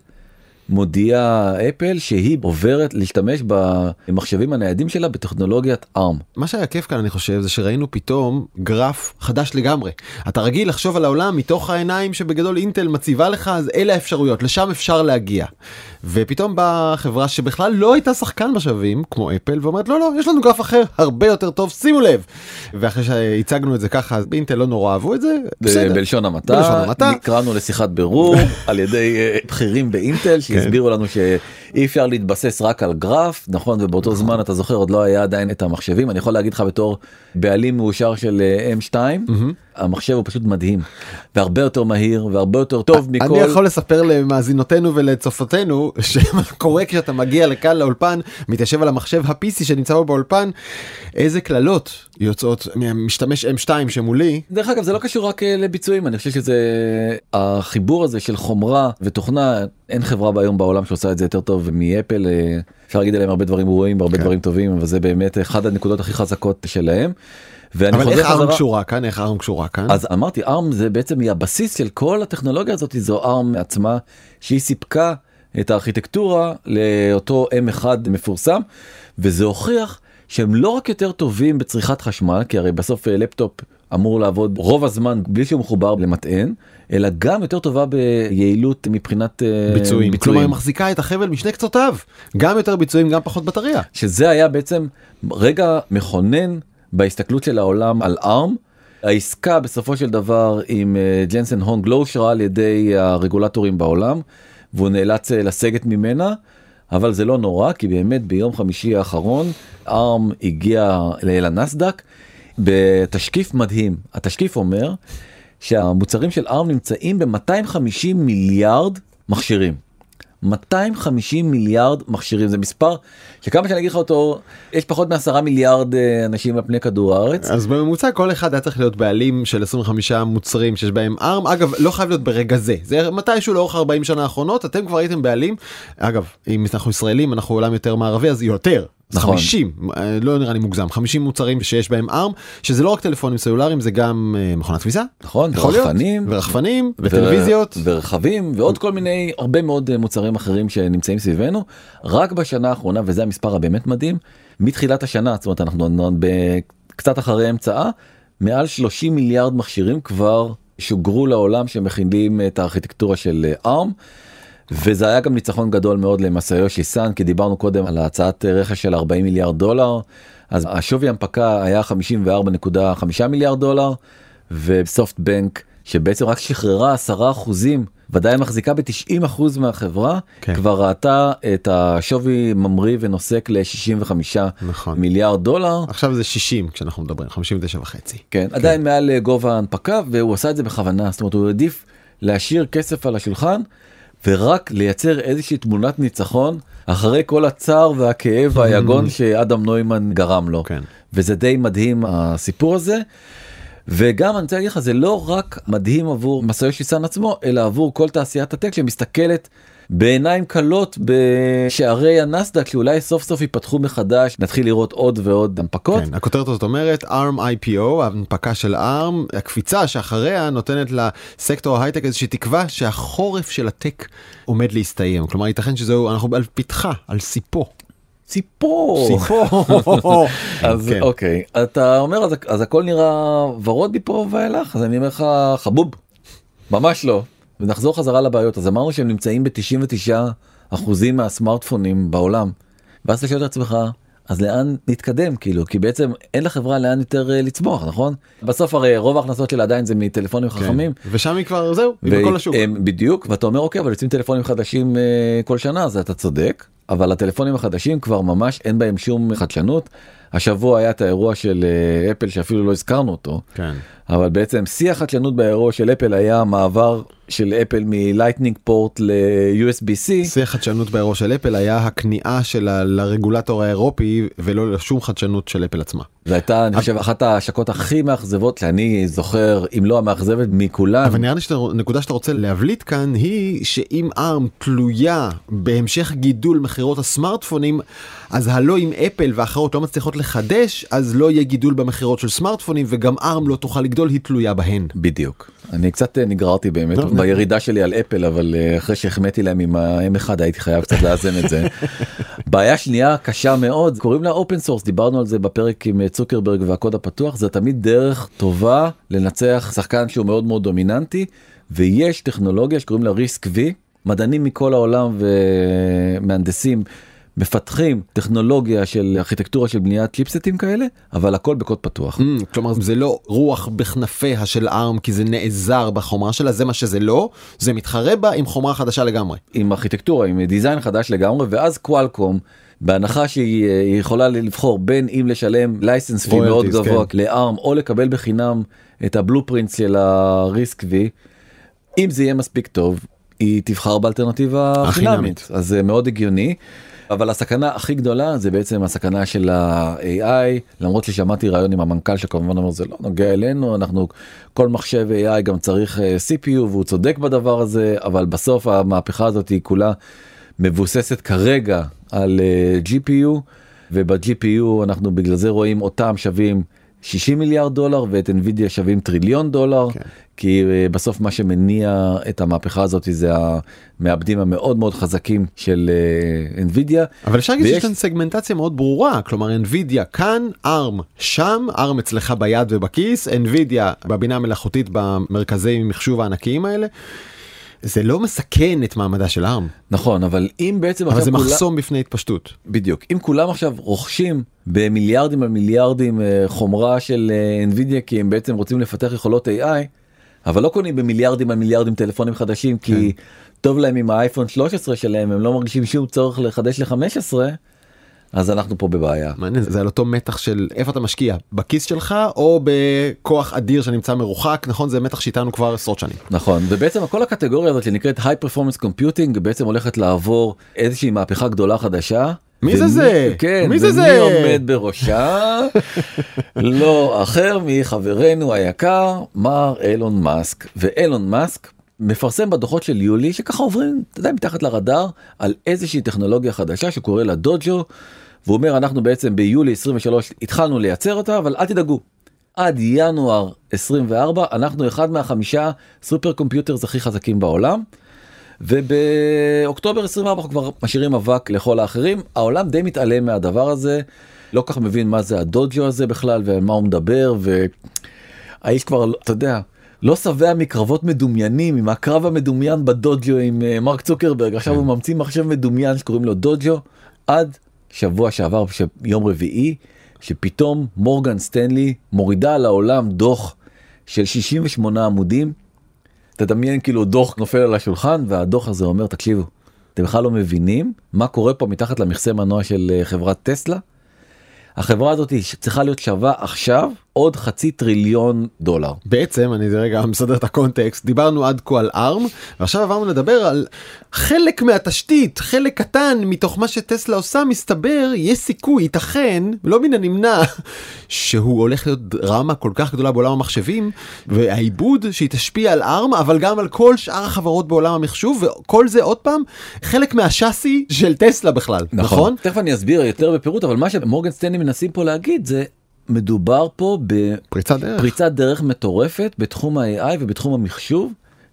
Speaker 2: מודיעה אפל שהיא עוברת להשתמש במחשבים הניידים שלה בטכנולוגיית ארם.
Speaker 1: מה שהיה כיף כאן אני חושב זה שראינו פתאום גרף חדש לגמרי. אתה רגיל לחשוב על העולם מתוך העיניים שבגדול אינטל מציבה לך, אז אלה האפשרויות, לשם אפשר להגיע. ופתאום באה חברה שבכלל לא הייתה שחקן בשווים, כמו אפל, ואומרת לא לא, יש לנו גרף אחר הרבה יותר טוב, שימו לב. ואחרי שהצגנו את זה ככה, אז באינטל לא נורא אהבו את זה, בסדר.
Speaker 2: בלשון המעטה, נקראנו לשיחת בירור על ידי בכירים באינטל, הסבירו לנו שאי אפשר להתבסס רק על גרף, נכון, ובאותו זמן אתה זוכר עוד לא היה עדיין את המחשבים. אני יכול להגיד לך בתור בעלים מאושר של אם שתיים, המחשב הוא פשוט מדהים, והרבה יותר מהיר, והרבה יותר טוב מכל...
Speaker 1: אני יכול לספר למאזינותינו ולצופותינו, שקורה כשאתה מגיע לכאן לאולפן, מתיישב על המחשב ה-פי סי שנמצא בו באולפן, איזה כללות יוצאות ממשתמש אם שתיים שמולי.
Speaker 2: דרך אגב, זה לא קשור רק לביצועים, אני חושב שזה החיבור הזה של חומרה ותוכנה, אין חברה ביום בעולם שעושה את זה יותר טוב טוב מאפל, אפשר להגיד עליהם הרבה דברים גרועים, הרבה
Speaker 1: כן.
Speaker 2: דברים טובים, אבל זה באמת אחד הנקודות הכי חזקות שלהם.
Speaker 1: אבל איך ארם קשורה כאן? איך ארם קשורה כאן?
Speaker 2: אז אמרתי, ארם זה בעצם הבסיס של כל הטכנולוגיה הזאת, זו ארם עצמה, שהיא סיפקה את הארכיטקטורה לאותו אם אחד מפורסם, וזה הוכיח שהם לא רק יותר טובים בצריכת חשמל, כי הרי בסוף לפטופ אמור לעבוד רוב הזמן בלי שהוא מחובר למטען, אלא גם יותר טובה ביעילות מבחינת
Speaker 1: ביצועים.
Speaker 2: ביצועים.
Speaker 1: כלומר, היא מחזיקה את החבל משני קצותיו. גם יותר ביצועים, גם פחות בטריה.
Speaker 2: שזה היה בעצם רגע מכונן בהסתכלות של העולם על ארם. העסקה בסופו של דבר עם ג'נסן הונג לא אושרה על ידי הרגולטורים בעולם, והוא נאלץ לסגת ממנה, אבל זה לא נורא, כי באמת ביום חמישי האחרון, ארם הגיע לנסדק בתשקיף מדהים. התשקיף אומר שהמוצרים של ארם נמצאים ב-מאתיים וחמישים מיליארד מכשירים. מאתיים וחמישים מיליארד מכשירים, זה מספר שכמה שאני אגיד לך אותו, יש פחות מעשרה מיליארד אנשים על פני כדור הארץ.
Speaker 1: אז בממוצע כל אחד היה צריך להיות בעלים של עשרים וחמישה מוצרים שיש בהם ארם, אגב לא חייב להיות ברגע זה, זה מתישהו לאורך ארבעים שנה האחרונות, אתם כבר הייתם בעלים, אגב אם אנחנו ישראלים, אנחנו עולם יותר מערבי, אז יותר.
Speaker 2: נכון.
Speaker 1: חמישים, לא נראה לי מוגזם, חמישים מוצרים שיש בהם ארם, שזה לא רק טלפונים סלולריים, זה גם מכונת כביסה.
Speaker 2: נכון, ורחפנים.
Speaker 1: ורחפנים, וטלוויזיות.
Speaker 2: ורכבים, ועוד כל מיני, הרבה מאוד מוצרים אחרים שנמצאים סביבנו. רק בשנה האחרונה, וזה המספר הבאמת מדהים, מתחילת השנה, זאת אומרת, אנחנו קצת אחרי אמצעה, מעל שלושים מיליארד מכשירים כבר שוגרו לעולם שמכינים את הארכיטקטורה של ארם, וזה היה גם ניצחון גדול מאוד למסאיושי סן, כי דיברנו קודם על הצעת רכש של ארבעים מיליארד דולר, אז השווי המפקה היה חמישים וארבע נקודה חמישה מיליארד דולר, וסופט בנק שבעצם רק שחררה עשרה אחוזים, ודאי מחזיקה ב-תשעים אחוז מהחברה, כן. כבר ראתה את השווי ממריא ונוסק ל-שישים וחמישה נכון. מיליארד דולר.
Speaker 1: עכשיו זה שישים כשאנחנו מדברים, חמישים ותשע וחצי.
Speaker 2: כן, כן, עדיין מעל גובה ההנפקה, והוא עשה את זה בכוונה, זאת אומרת הוא עדיף להשאיר כסף על השולחן, ורק לייצר איזושהי תמונת ניצחון אחרי כל הצער והכאב והיגון שאדם נוימן גרם לו. כן. וזה די מדהים הסיפור הזה. וגם אני רוצה להגיד לך, זה לא רק מדהים עבור מסאיושי סן עצמו, אלא עבור כל תעשיית הטק שמסתכלת בעיניים קלות בשערי הנסדק, שאולי סוף סוף ייפתחו מחדש, נתחיל לראות עוד ועוד הנפקות. כן,
Speaker 1: הכותרת הזאת אומרת, ארם איי פי או, ההנפקה של ארם, הקפיצה שאחריה נותנת לסקטור ההייטק איזושהי תקווה שהחורף של הטק עומד להסתיים. כלומר, ייתכן שזהו, אנחנו על פתחה, על סיפו.
Speaker 2: סיפור.
Speaker 1: סיפור.
Speaker 2: אז אוקיי, אתה אומר, אז הכל נראה ורוד מפה ואילך, אז אני אומר לך, חבוב, ממש לא. ונחזור חזרה לבעיות. אז אמרנו שהם נמצאים ב-תשעים ותשעה אחוזים מהסמארטפונים בעולם. ואז אתה שואל את עצמך, אז לאן נתקדם? כאילו, כי בעצם אין לחברה לאן יותר לצמוח, נכון? בסוף הרי רוב ההכנסות שלה עדיין זה מטלפונים חכמים.
Speaker 1: כן. ושם היא כבר זהו, היא בכל השוק.
Speaker 2: בדיוק, ואתה אומר, אוקיי, אבל יוצאים טלפונים חדשים כל שנה, אז אתה צודק. אבל הטלפונים החדשים כבר ממש אין בהם שום חדשנות. השבוע היה את האירוע של אפל שאפילו לא הזכרנו אותו. כן. אבל בעצם שיא החדשנות באירוע של אפל היה מעבר של אפל מלייטנינג פורט ל-יו אס בי סי.
Speaker 1: שיא החדשנות באירוע של אפל היה הכניעה שלה לרגולטור האירופי ולא לשום חדשנות של אפל עצמה.
Speaker 2: זו הייתה, אני חושב, אחת ההשקות הכי מאכזבות שאני זוכר, אם לא המאכזבת מכולן.
Speaker 1: אבל נראה לי שנקודה שאתה רוצה להבליט כאן היא שאם ארם תלויה בהמשך גידול מחירות הסמארטפונים, אז הלא אם אפל ואחרות לא מצליחות לחדש, אז לא יהיה גידול במחירות של סמארטפונים, וגם ארם לא תוכל לגדול, היא תלויה בהן.
Speaker 2: בדיוק. אני קצת נגררתי באמת בירידה שלי על אפל, אבל אחרי שהחמאתי להם עם ה-אם אחד, הייתי חייב קצת לאזן את זה. בעיה שנייה קשה מאוד, קוראים לה אופן סורס, דיברנו על זה בפרק עם צוקרברג והקוד הפתוח, זה תמיד דרך טובה לנצח שחקן שהוא מאוד מאוד דומיננטי, ויש טכנולוגיה שקוראים לה ריסק וי, מדענים מכל העולם ומהנדסים, מפתחים טכנולוגיה של ארכיטקטורה של בניית צ'יפסטים כאלה, אבל הכל בקוד פתוח.
Speaker 1: Mm, כלומר, זה לא רוח בכנפיה של ארם, כי זה נעזר בחומרה שלה, זה מה שזה לא, זה מתחרה בה עם חומרה חדשה לגמרי.
Speaker 2: עם ארכיטקטורה, עם דיזיין חדש לגמרי, ואז קואלקום, בהנחה שהיא יכולה לבחור בין אם לשלם לייסנס פי מאוד גבוה כן. לארם, או לקבל בחינם את הבלופרינט של הריסק וי, אם זה יהיה מספיק טוב, היא תבחר באלטרנטיבה חינמית. אז זה מאוד הגיוני. אבל הסכנה הכי גדולה זה בעצם הסכנה של ה-איי איי, למרות ששמעתי רעיון עם המנכ"ל שכמובן אומר זה לא נוגע אלינו, אנחנו כל מחשב איי איי גם צריך סי פי יו והוא צודק בדבר הזה, אבל בסוף המהפכה הזאת היא כולה מבוססת כרגע על ג'י פי יו, וב-ג'י פי יו אנחנו בגלל זה רואים אותם שווים שישים מיליארד דולר, ואת NVIDIA שווים טריליון דולר, כן. כי בסוף מה שמניע את המהפכה הזאת זה המעבדים המאוד מאוד חזקים של NVIDIA.
Speaker 1: אבל אפשר להגיד ויש... שיש כאן סגמנטציה מאוד ברורה, כלומר NVIDIA כאן, ARM שם, ARM אצלך ביד ובכיס, NVIDIA בבינה המלאכותית במרכזי מחשוב הענקיים האלה. זה לא מסכן את מעמדה של ARM.
Speaker 2: נכון, אבל אם בעצם...
Speaker 1: אבל זה כולה... מחסום בפני התפשטות.
Speaker 2: בדיוק. אם כולם עכשיו רוכשים במיליארדים על מיליארדים חומרה של NVIDIA, כי הם בעצם רוצים לפתח יכולות איי איי, אבל לא קונים במיליארדים על מיליארדים טלפונים חדשים, כי כן. טוב להם עם האייפון שלוש עשרה שלהם, הם לא מרגישים שום צורך לחדש ל-חמש עשרה, אז אנחנו פה בבעיה.
Speaker 1: מעניין, זה על אותו מתח של איפה אתה משקיע, בכיס שלך או בכוח אדיר שנמצא מרוחק, נכון? זה מתח שאיתנו כבר עשרות שנים.
Speaker 2: נכון, ובעצם כל הקטגוריה הזאת שנקראת High Performance Computing, בעצם הולכת לעבור איזושהי מהפכה גדולה חדשה.
Speaker 1: מי זה זה?
Speaker 2: כן,
Speaker 1: מי זה זה?
Speaker 2: ומי עומד בראשה? לא אחר מחברנו היקר, מר אילון מאסק. ואילון מאסק מפרסם בדוחות של יולי, שככה עוברים, אתה יודע, מתחת לרדאר, על איזושהי טכנולוגיה חדשה שקורא לה דוג'ו, והוא אומר, אנחנו בעצם ביולי עשרים ושלוש התחלנו לייצר אותה, אבל אל תדאגו, עד ינואר עשרים וארבע, אנחנו אחד מהחמישה סופר קומפיוטרס הכי חזקים בעולם, ובאוקטובר עשרים וארבע אנחנו כבר משאירים אבק לכל האחרים. העולם די מתעלם מהדבר הזה, לא כך מבין מה זה הדוג'ו הזה בכלל, ומה הוא מדבר, והאיש כבר, אתה יודע, לא שבע מקרבות מדומיינים, עם הקרב המדומיין בדוג'ו עם מרק צוקרברג, עכשיו הוא ממציא מחשב מדומיין שקוראים לו דוג'ו, עד שבוע שעבר, יום רביעי, שפתאום מורגן סטנלי מורידה על העולם דוח של שישים ושמונה עמודים, תדמיין כאילו דוח נופל על השולחן, והדוח הזה אומר, תקשיבו, אתם בכלל לא מבינים מה קורה פה מתחת למכסה מנוע של חברת טסלה, החברה הזאת צריכה להיות שווה עכשיו עוד חצי טריליון דולר.
Speaker 1: בעצם, אני רגע מסדר את הקונטקסט, דיברנו עד כה על ארם, ועכשיו עברנו לדבר על חלק מהתשתית, חלק קטן מתוך מה שטסלה עושה, מסתבר, יש סיכוי, ייתכן, לא מן הנמנע, שהוא הולך להיות דרמה כל כך גדולה בעולם המחשבים, והעיבוד שהיא תשפיע על ארם, אבל גם על כל שאר החברות בעולם המחשוב, וכל זה עוד פעם, חלק מהשאסי של טסלה בכלל, נכון? נכון?
Speaker 2: תכף אני אסביר יותר בפירוט, אבל מה שמורגן סטנלי מנסים פה להגיד זה, מדובר פה
Speaker 1: בפריצת דרך.
Speaker 2: פריצת דרך מטורפת בתחום ה-איי איי ובתחום המחשוב,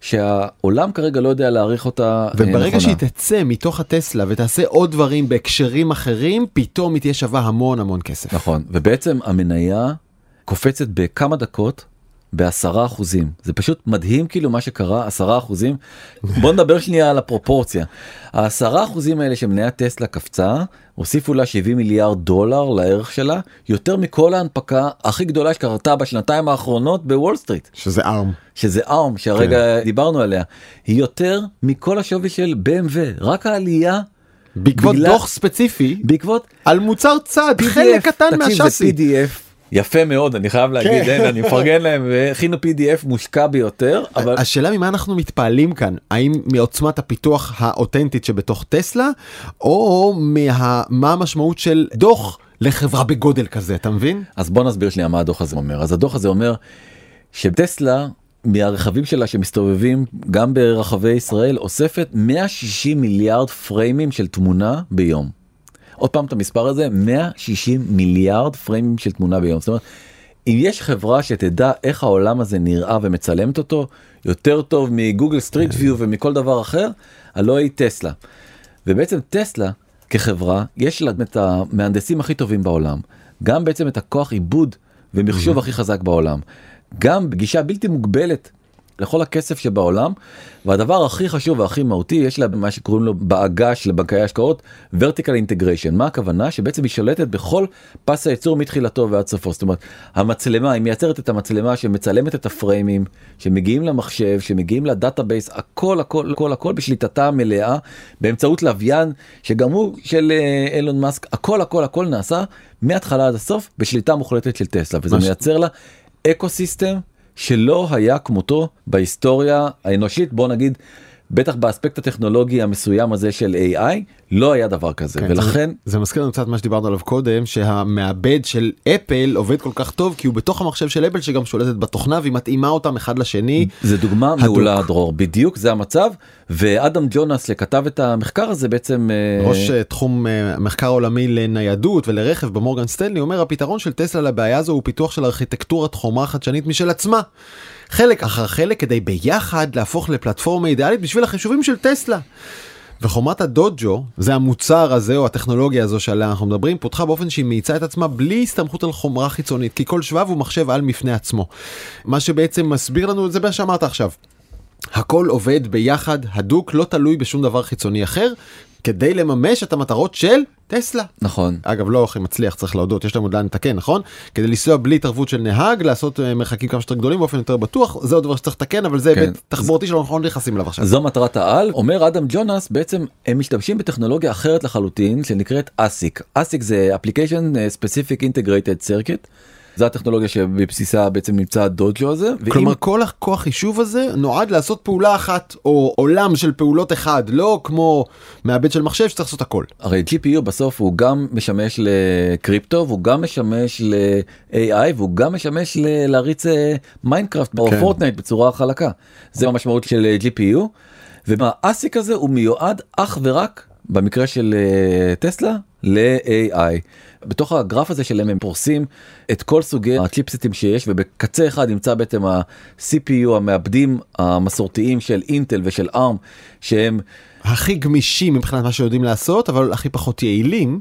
Speaker 2: שהעולם כרגע לא יודע להעריך אותה נכונה.
Speaker 1: וברגע שהיא תצא מתוך הטסלה ותעשה עוד דברים בהקשרים אחרים, פתאום היא תהיה שווה המון המון כסף.
Speaker 2: נכון, ובעצם המניה קופצת בכמה דקות, בעשרה אחוזים. זה פשוט מדהים כאילו מה שקרה, עשרה אחוזים. בוא נדבר שנייה על הפרופורציה. העשרה אחוזים האלה שמניית טסלה קפצה, הוסיפו לה שבעים מיליארד דולר לערך שלה, יותר מכל ההנפקה הכי גדולה שקרתה בשנתיים האחרונות בוול סטריט.
Speaker 1: שזה ארם.
Speaker 2: שזה ארם, שהרגע כן. דיברנו עליה. היא יותר מכל השווי של בי אם דאבליו. רק העלייה...
Speaker 1: בעקבות בגלל... דוח ספציפי,
Speaker 2: בעקבות...
Speaker 1: על מוצר צד, חלק קטן מהשאסי.
Speaker 2: תקשיב, זה פי די אף. יפה מאוד, אני חייב להגיד, אין, אני מפרגן להם, והכינו פי די אף מושקע ביותר, אבל...
Speaker 1: השאלה ממה אנחנו מתפעלים כאן, האם מעוצמת הפיתוח האותנטית שבתוך טסלה, או מה, מה המשמעות של דוח לחברה בגודל כזה, אתה מבין?
Speaker 2: אז בוא נסביר שנייה מה הדוח הזה אומר. אז הדוח הזה אומר שטסלה, מהרכבים שלה שמסתובבים גם ברחבי ישראל, אוספת מאה ושישים מיליארד פריימים של תמונה ביום. עוד פעם את המספר הזה, מאה ושישים מיליארד פריימים של תמונה ביום. זאת אומרת, אם יש חברה שתדע איך העולם הזה נראה ומצלמת אותו, יותר טוב מגוגל סטריט ויו ומכל דבר אחר, הלא היא טסלה. ובעצם טסלה כחברה, יש לה את המהנדסים הכי טובים בעולם, גם בעצם את הכוח עיבוד ומחשוב הכי חזק בעולם, גם בגישה בלתי מוגבלת לכל הכסף שבעולם, והדבר הכי חשוב והכי מהותי, יש לה מה שקוראים לו בעגה של בנקאי השקעות, vertical integration. מה הכוונה? שבעצם היא שולטת בכל פס הייצור מתחילתו ועד סופו. זאת אומרת, המצלמה, היא מייצרת את המצלמה שמצלמת את הפריימים, שמגיעים למחשב, שמגיעים לדאטאבייס, הכל, הכל, הכל, הכל בשליטתה המלאה, באמצעות לוויין, שגם הוא של אילון מאסק, הכל, הכל, הכל נעשה מההתחלה עד הסוף, בשליטה מוחלטת של טסלה, וזה מייצר לה אקוסיסטם שלא היה כמותו בהיסטוריה האנושית, בוא נגיד, בטח באספקט הטכנולוגי המסוים הזה של איי איי, לא היה דבר כזה,
Speaker 1: כן,
Speaker 2: ולכן...
Speaker 1: זה, זה מזכיר לנו קצת מה שדיברנו עליו קודם, שהמעבד של אפל עובד כל כך טוב, כי הוא בתוך המחשב של אפל שגם שולטת בתוכנה, והיא מתאימה אותם אחד לשני.
Speaker 2: זה דוגמה הדוק. מעולה, דרור, בדיוק זה המצב, ואדם ג'ונס כתב את המחקר הזה בעצם...
Speaker 1: ראש תחום מחקר עולמי לניידות ולרכב במורגן סטנלי, אומר, הפתרון של טסלה לבעיה הזו הוא פיתוח של ארכיטקטורת חומרה חדשנית משל עצמה. חלק אחר חלק כדי ביחד להפוך לפלטפורמה אידיאלית בשביל החישובים של טסלה. וחומרת הדוג'ו, זה המוצר הזה או הטכנולוגיה הזו שעליה אנחנו מדברים, פותחה באופן שהיא מאיצה את עצמה בלי הסתמכות על חומרה חיצונית, כי כל שבב הוא מחשב על מפני עצמו. מה שבעצם מסביר לנו, זה מה שאמרת עכשיו. הכל עובד ביחד, הדוק, לא תלוי בשום דבר חיצוני אחר, כדי לממש את המטרות של טסלה.
Speaker 2: נכון.
Speaker 1: אגב, לא הכי מצליח, צריך להודות, יש להם עוד לאן לתקן, נכון? כדי לנסוע בלי התערבות של נהג, לעשות מרחקים כמה שיותר גדולים באופן יותר בטוח, זה עוד דבר שצריך לתקן, אבל זה כן. תחבורתי שלנו אנחנו נכנסים אליו עכשיו.
Speaker 2: זו מטרת העל. אומר אדם ג'ונס, בעצם הם משתמשים בטכנולוגיה אחרת לחלוטין, שנקראת אסיק. אסיק זה Application Specific Integrated Circuit. זו הטכנולוגיה שבבסיסה בעצם נמצא הדוג'ו הזה.
Speaker 1: כלומר, כל הכוח חישוב הזה נועד לעשות פעולה אחת, או עולם של פעולות אחד, לא כמו מעבד של מחשב שצריך לעשות הכל.
Speaker 2: הרי ג'י פי יו בסוף הוא גם משמש לקריפטו, והוא גם משמש ל-איי איי, והוא גם משמש להריץ מיינקראפט או פורטנייט בצורה חלקה. זה המשמעות של ג'י פי יו, והאסיק הזה הוא מיועד אך ורק, במקרה של טסלה, ל-איי איי. בתוך הגרף הזה שלהם הם פורסים את כל סוגי הצ'יפסטים שיש, ובקצה אחד נמצא בעצם ה-סי פי יו, המעבדים המסורתיים של אינטל ושל ארם, שהם
Speaker 1: הכי גמישים מבחינת מה שיודעים לעשות, אבל הכי פחות יעילים,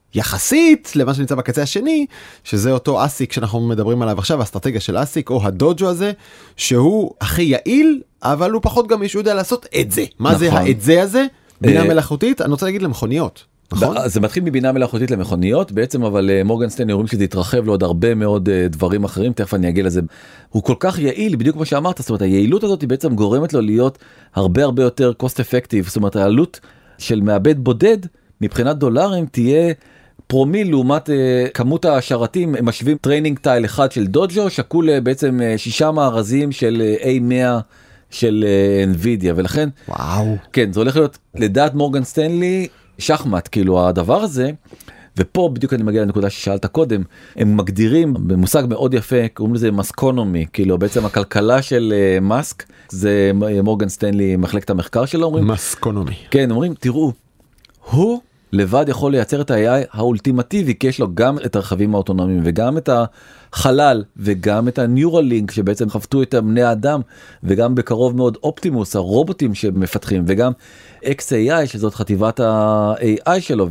Speaker 1: יחסית למה שנמצא בקצה השני, שזה אותו אסיק שאנחנו מדברים עליו עכשיו, האסטרטגיה של אסיק, או הדוג'ו הזה, שהוא הכי יעיל, אבל הוא פחות גמיש, הוא יודע לעשות את זה. מה זה האת זה הזה? בינה מלאכותית, אני רוצה להגיד למכוניות. נכון?
Speaker 2: זה מתחיל מבינה מלאכותית למכוניות, בעצם אבל מורגן סטנלי אומרים שזה יתרחב לעוד הרבה מאוד דברים אחרים, תכף אני אגיע לזה. הוא כל כך יעיל, בדיוק כמו שאמרת, זאת אומרת, היעילות הזאת היא בעצם גורמת לו להיות הרבה הרבה יותר cost effective, זאת אומרת, העלות של מעבד בודד, מבחינת דולרים, תהיה פרומיל לעומת uh, כמות השרתים, הם משווים טריינינג טייל אחד של דוג'ו, שקול uh, בעצם uh, שישה מארזים של uh, איי מאה של uh, NVIDIA, ולכן,
Speaker 1: וואו. כן,
Speaker 2: זה הולך להיות לדעת מורגן סטנלי, שחמט, כאילו הדבר הזה, ופה בדיוק אני מגיע לנקודה ששאלת קודם, הם מגדירים במושג מאוד יפה, קוראים לזה מסקונומי, כאילו בעצם הכלכלה של uh, מאסק, זה מורגן סטנלי, מחלקת המחקר שלו, אומרים,
Speaker 1: מסקונומי.
Speaker 2: כן, אומרים, תראו, הוא לבד יכול לייצר את ה-איי איי האולטימטיבי, כי יש לו גם את הרכבים האוטונומיים, וגם את החלל, וגם את הניורלינק, שבעצם חפתו את בני האדם, וגם בקרוב מאוד אופטימוס, הרובוטים שמפתחים, וגם אקס איי איי, שזאת חטיבת ה-איי איי שלו,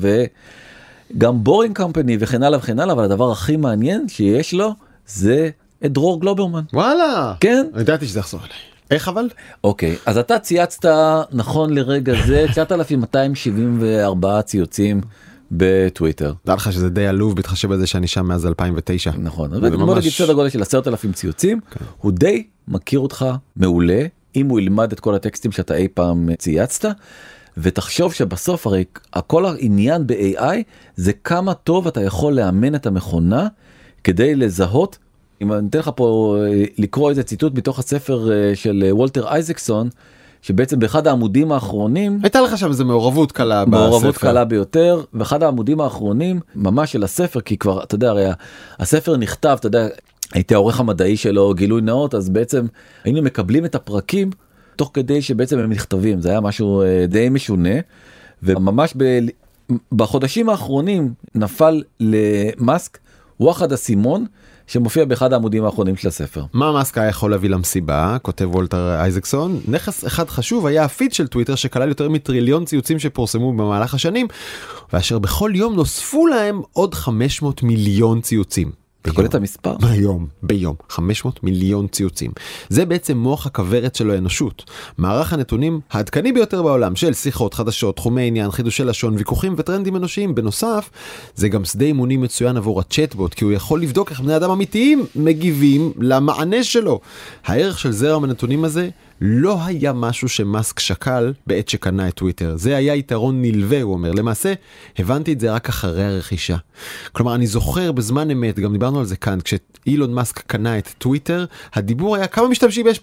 Speaker 2: וגם בורינג קמפני, וכן הלאה וכן הלאה, אבל הדבר הכי מעניין שיש לו, זה את דרור גלוברמן.
Speaker 1: וואלה!
Speaker 2: כן?
Speaker 1: אני ידעתי שזה יחזור עליי. איך אבל?
Speaker 2: אוקיי, אז אתה צייצת נכון לרגע זה תשעת אלפים מאתיים שבעים וארבעה ציוצים בטוויטר.
Speaker 1: דע לך שזה די עלוב בהתחשב בזה שאני שם מאז אלפיים ותשע.
Speaker 2: נכון, אבל בוא נגיד סדר גודל של עשרת אלפים ציוצים, הוא די מכיר אותך מעולה, אם הוא ילמד את כל הטקסטים שאתה אי פעם צייצת, ותחשוב שבסוף הרי כל העניין ב-איי איי זה כמה טוב אתה יכול לאמן את המכונה כדי לזהות. אם אני אתן לך פה לקרוא איזה ציטוט מתוך הספר של וולטר אייזקסון, שבעצם באחד העמודים האחרונים,
Speaker 1: הייתה לך שם איזה מעורבות קלה בספר.
Speaker 2: מעורבות קלה ביותר, ואחד העמודים האחרונים, ממש של הספר, כי כבר, אתה יודע, הרי הספר נכתב, אתה יודע, הייתי העורך המדעי שלו, גילוי נאות, אז בעצם היינו מקבלים את הפרקים, תוך כדי שבעצם הם נכתבים, זה היה משהו די משונה, וממש ב... בחודשים האחרונים נפל למאסק, וואחד הסימון, שמופיע באחד העמודים האחרונים של הספר.
Speaker 1: מה מאסק היה יכול להביא למסיבה, כותב וולטר אייזקסון? נכס אחד חשוב היה הפיד של טוויטר שכלל יותר מטריליון ציוצים שפורסמו במהלך השנים, ואשר בכל יום נוספו להם עוד חמש מאות מיליון ציוצים.
Speaker 2: אתה קולט את המספר?
Speaker 1: ביום, ביום, חמש מאות מיליון ציוצים. זה בעצם מוח הכוורת של האנושות. מערך הנתונים העדכני ביותר בעולם של שיחות, חדשות, תחומי עניין, חידושי לשון, ויכוחים וטרנדים אנושיים. בנוסף, זה גם שדה אימוני מצוין עבור הצ'טבוט, כי הוא יכול לבדוק איך בני אדם אמיתיים מגיבים למענה שלו. הערך של זרם הנתונים הזה לא היה משהו שמאסק שקל בעת שקנה את טוויטר. זה היה יתרון נלווה, הוא אומר. למעשה, הבנתי את זה רק אחרי הרכישה. כלומר, אני זוכר בזמן אמת, גם דיברנו על זה כאן, כשאילון מאסק קנה את טוויטר, הדיבור היה כמה משתמשים יש פה.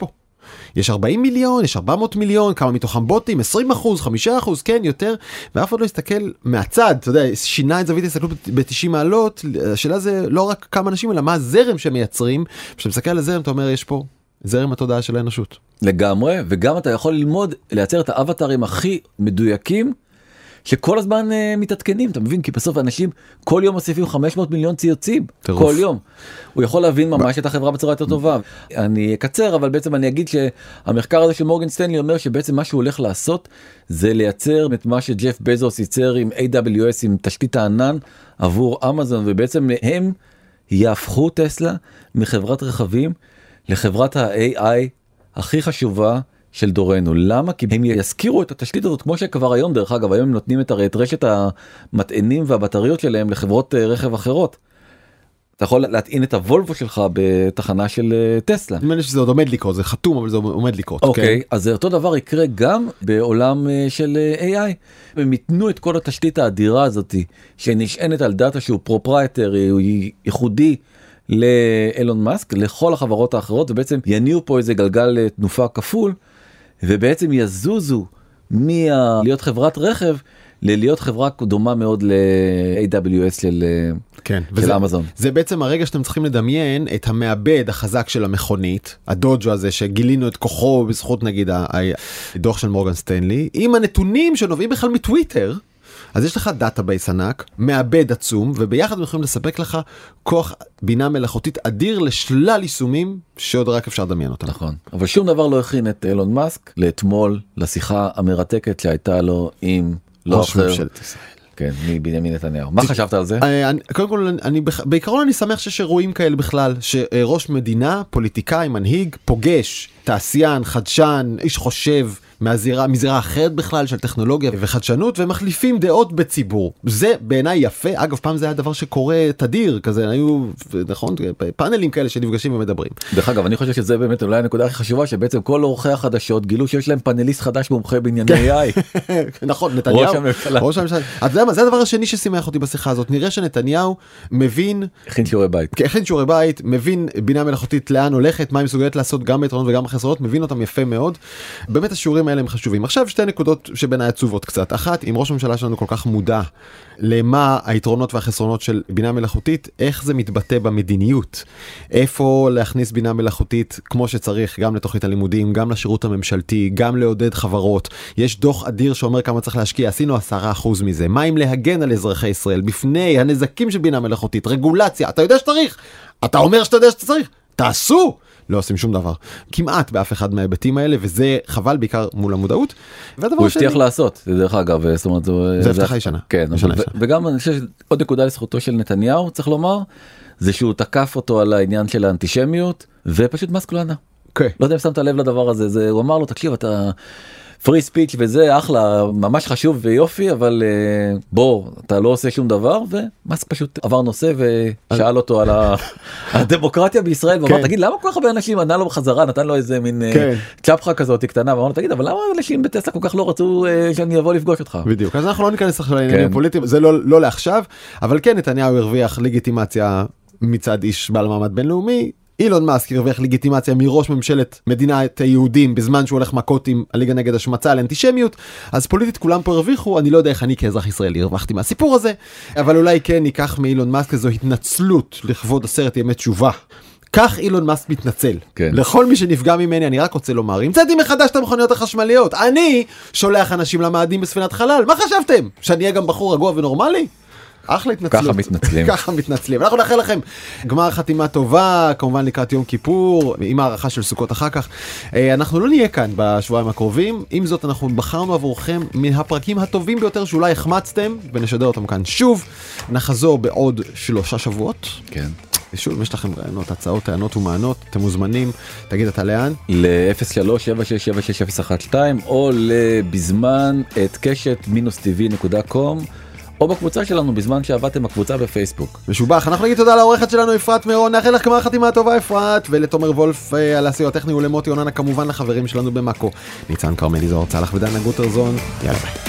Speaker 1: יש ארבעים מיליון, יש ארבע מאות מיליון, כמה מתוכם בוטים, עשרים אחוז, חמישה אחוז, כן, יותר, ואף אחד לא יסתכל מהצד, אתה יודע, שינה את זווית הסתכלות ב-תשעים מעלות, השאלה זה לא רק כמה אנשים, אלא מה הזרם שהם מייצרים, כשאתה מסתכל על הזרם, אתה אומר, יש פה זרם התודעה של האנושות.
Speaker 2: לגמרי, וגם אתה יכול ללמוד, לייצר את האבטרים הכי מדויקים, שכל הזמן uh, מתעדכנים, אתה מבין? כי בסוף אנשים כל יום מוסיפים חמש מאות מיליון ציוצים, טירוף. כל יום. הוא יכול להבין ממש ב... את החברה בצורה יותר טובה. אני אקצר, אבל בעצם אני אגיד שהמחקר הזה של מורגן סטנלי אומר שבעצם מה שהוא הולך לעשות, זה לייצר את מה שג'ף בזוס ייצר עם איי דאבליו אס, עם תשתית הענן עבור אמזון, ובעצם הם יהפכו טסלה מחברת רכבים לחברת ה-איי איי הכי חשובה, של דורנו. למה? כי הם יזכירו את התשתית הזאת, כמו שכבר היום, דרך אגב, היום הם נותנים את רשת המטענים והבטריות שלהם לחברות רכב אחרות. אתה יכול להטעין את הוולבו שלך בתחנה של טסלה.
Speaker 1: אני מניח שזה עוד עומד לקרות, זה חתום, אבל זה עומד לקרות.
Speaker 2: אוקיי, אז אותו דבר יקרה גם בעולם של איי איי. הם ייתנו את כל התשתית האדירה הזאת, שנשענת על דאטה שהוא פרופרייטרי, הוא ייחודי, לאילון מאסק, לכל החברות האחרות, ובעצם יניעו פה איזה גלגל תנופה כפול, ובעצם יזוזו מלהיות חברת רכב, ללהיות חברה דומה מאוד ל-איי דאבליו אס של,
Speaker 1: כן,
Speaker 2: של
Speaker 1: וזה,
Speaker 2: אמזון.
Speaker 1: זה בעצם הרגע שאתם צריכים לדמיין את המעבד החזק של המכונית, הדוג'ו הזה שגילינו את כוחו בזכות נגיד הדוח של מורגן סטנלי, עם הנתונים שנובעים בכלל מטוויטר, אז יש לך דאטאבייס ענק, מעבד עצום, וביחד הם יכולים לספק לך כוח בינה מלאכותית אדיר לשלל יישומים שעוד רק אפשר לדמיין אותם.
Speaker 2: נכון, אבל שום דבר לא הכין את אילון מאסק לאתמול, לשיחה המרתקת שהייתה לו עם לא
Speaker 1: ראש
Speaker 2: אחר.
Speaker 1: ממשלת ישראל.
Speaker 2: כן, מבנימין נתניהו. מה חשבת על זה?
Speaker 1: קודם כל, אני, בעיקרון אני שמח שיש אירועים כאלה בכלל, שראש מדינה, פוליטיקאי, מנהיג, פוגש, תעשיין, חדשן, איש חושב, מהזירה, מזירה אחרת בכלל של טכנולוגיה וחדשנות, ומחליפים דעות בציבור. זה בעיניי יפה. אגב, פעם זה היה דבר שקורה תדיר, כזה, היו, נכון, פאנלים כאלה שנפגשים ומדברים.
Speaker 2: דרך אגב, אני חושב שזה באמת אולי הנקודה הכי חשובה, שבעצם כל אורחי החדשות גילו שיש להם פאנליסט חדש מומחה בענייני איי איי.
Speaker 1: נכון, נתניהו.
Speaker 2: ראש הממשלה.
Speaker 1: ראש הממשלה. אז זה, זה הדבר השני ששימח אותי בשיחה הזאת. נראה שנתניהו מבין...
Speaker 2: הכין שיעורי בית.
Speaker 1: הכין שיעורי בית, מבין בינה מלאכותית לאן הולכת, מה היא מסוגלת לעשות גם ביתרונות וגם בחסרונות, מבין אותם יפה מאוד. באמת השיעורים האלה הם חשובים. עכשיו שתי נקודות שבעיניי עצובות קצת. אחת, אם ראש הממשלה שלנו כל כך מודע למה היתרונות והחסרונות של בינה מלאכותית, איך זה מתבטא במדיניות. איפה להכניס בינה מלאכותית כמו שצריך, גם לתוכנית הלימודים, גם לשירות הממשלתי, גם לעודד חברות. יש דוח אדיר שאומר כמה צריך להשקיע, עשינו עשרה אחוז מזה. מה אם להגן על אזרחי ישראל בפני הנזקים של בינה מלאכותית, רגולציה, אתה יודע שצריך, אתה אומר שאתה יודע שצריך, תעשו! לא עושים שום דבר. כמעט באף אחד מההיבטים האלה, וזה חבל בעיקר מול המודעות.
Speaker 2: הוא הבטיח לעשות, דרך אגב, זאת אומרת,
Speaker 1: זה הבטחה ישנה.
Speaker 2: כן, וגם אני חושב עוד נקודה לזכותו של נתניהו, צריך לומר, זה שהוא תקף אותו על העניין של האנטישמיות, ופשוט מאסק לא ענה. לא יודע אם שמת לב לדבר הזה, הוא אמר לו, תקשיב, אתה... פרי ספיץ' וזה אחלה, ממש חשוב ויופי, אבל uh, בוא, אתה לא עושה שום דבר, ומאסק פשוט עבר נושא ושאל אותו על הדמוקרטיה בישראל, ואמר, תגיד, למה כל כך הרבה אנשים ענה לו בחזרה, נתן לו איזה מין צ'פחה כזאת קטנה, ואמר לו, תגיד, אבל למה אנשים בטסלה כל כך לא רצו שאני אבוא לפגוש אותך?
Speaker 1: בדיוק, אז אנחנו לא ניכנס עכשיו לעניינים פוליטיים, זה לא לעכשיו, אבל כן, נתניהו הרוויח לגיטימציה מצד איש בעל מעמד בינלאומי, אילון מאסק הרוויח לגיטימציה מראש ממשלת מדינת היהודים בזמן שהוא הולך מכות עם הליגה נגד השמצה על אנטישמיות, אז פוליטית כולם פה הרוויחו, אני לא יודע איך אני כאזרח ישראלי הרווחתי מהסיפור הזה, אבל אולי כן ניקח מאילון מאסק איזו התנצלות לכבוד עשרת ימי תשובה. כך אילון מאסק מתנצל. כן. לכל מי שנפגע ממני, אני רק רוצה לומר, המצאתי מחדש את המכוניות החשמליות, אני שולח אנשים למאדים בספינת חלל, מה חשבתם? שאני אהיה גם בחור רגוע ונורמלי? אחלה התנצלות.
Speaker 2: ככה מתנצלים.
Speaker 1: ככה מתנצלים. אנחנו נאחל לכם גמר חתימה טובה, כמובן לקראת יום כיפור, עם הערכה של סוכות אחר כך. אנחנו לא נהיה כאן בשבועיים הקרובים, עם זאת אנחנו בחרנו עבורכם מהפרקים הטובים ביותר שאולי החמצתם, ונשדר אותם כאן שוב. נחזור בעוד שלושה שבועות.
Speaker 2: כן.
Speaker 1: ושוב, אם יש לכם רעיונות, הצעות, טענות ומענות, אתם מוזמנים, תגיד אתה לאן?
Speaker 2: ל-אפס שלוש שבע שש שבע שש אפס אחת שתיים, או לבזמן את קשת מינוס טבעי נקודה קום, או בקבוצה שלנו בזמן שעבדתם הקבוצה בפייסבוק.
Speaker 1: משובח, אנחנו נגיד תודה לעורכת שלנו אפרת מירון, נאחל לך גמר חתימה טובה אפרת, ולתומר וולף על הסיוע הטכני, ולמוטי אוננה כמובן לחברים שלנו במאקו. ניצן קרמלי זוהר צלח ודנה גוטרזון, יאללה ביי.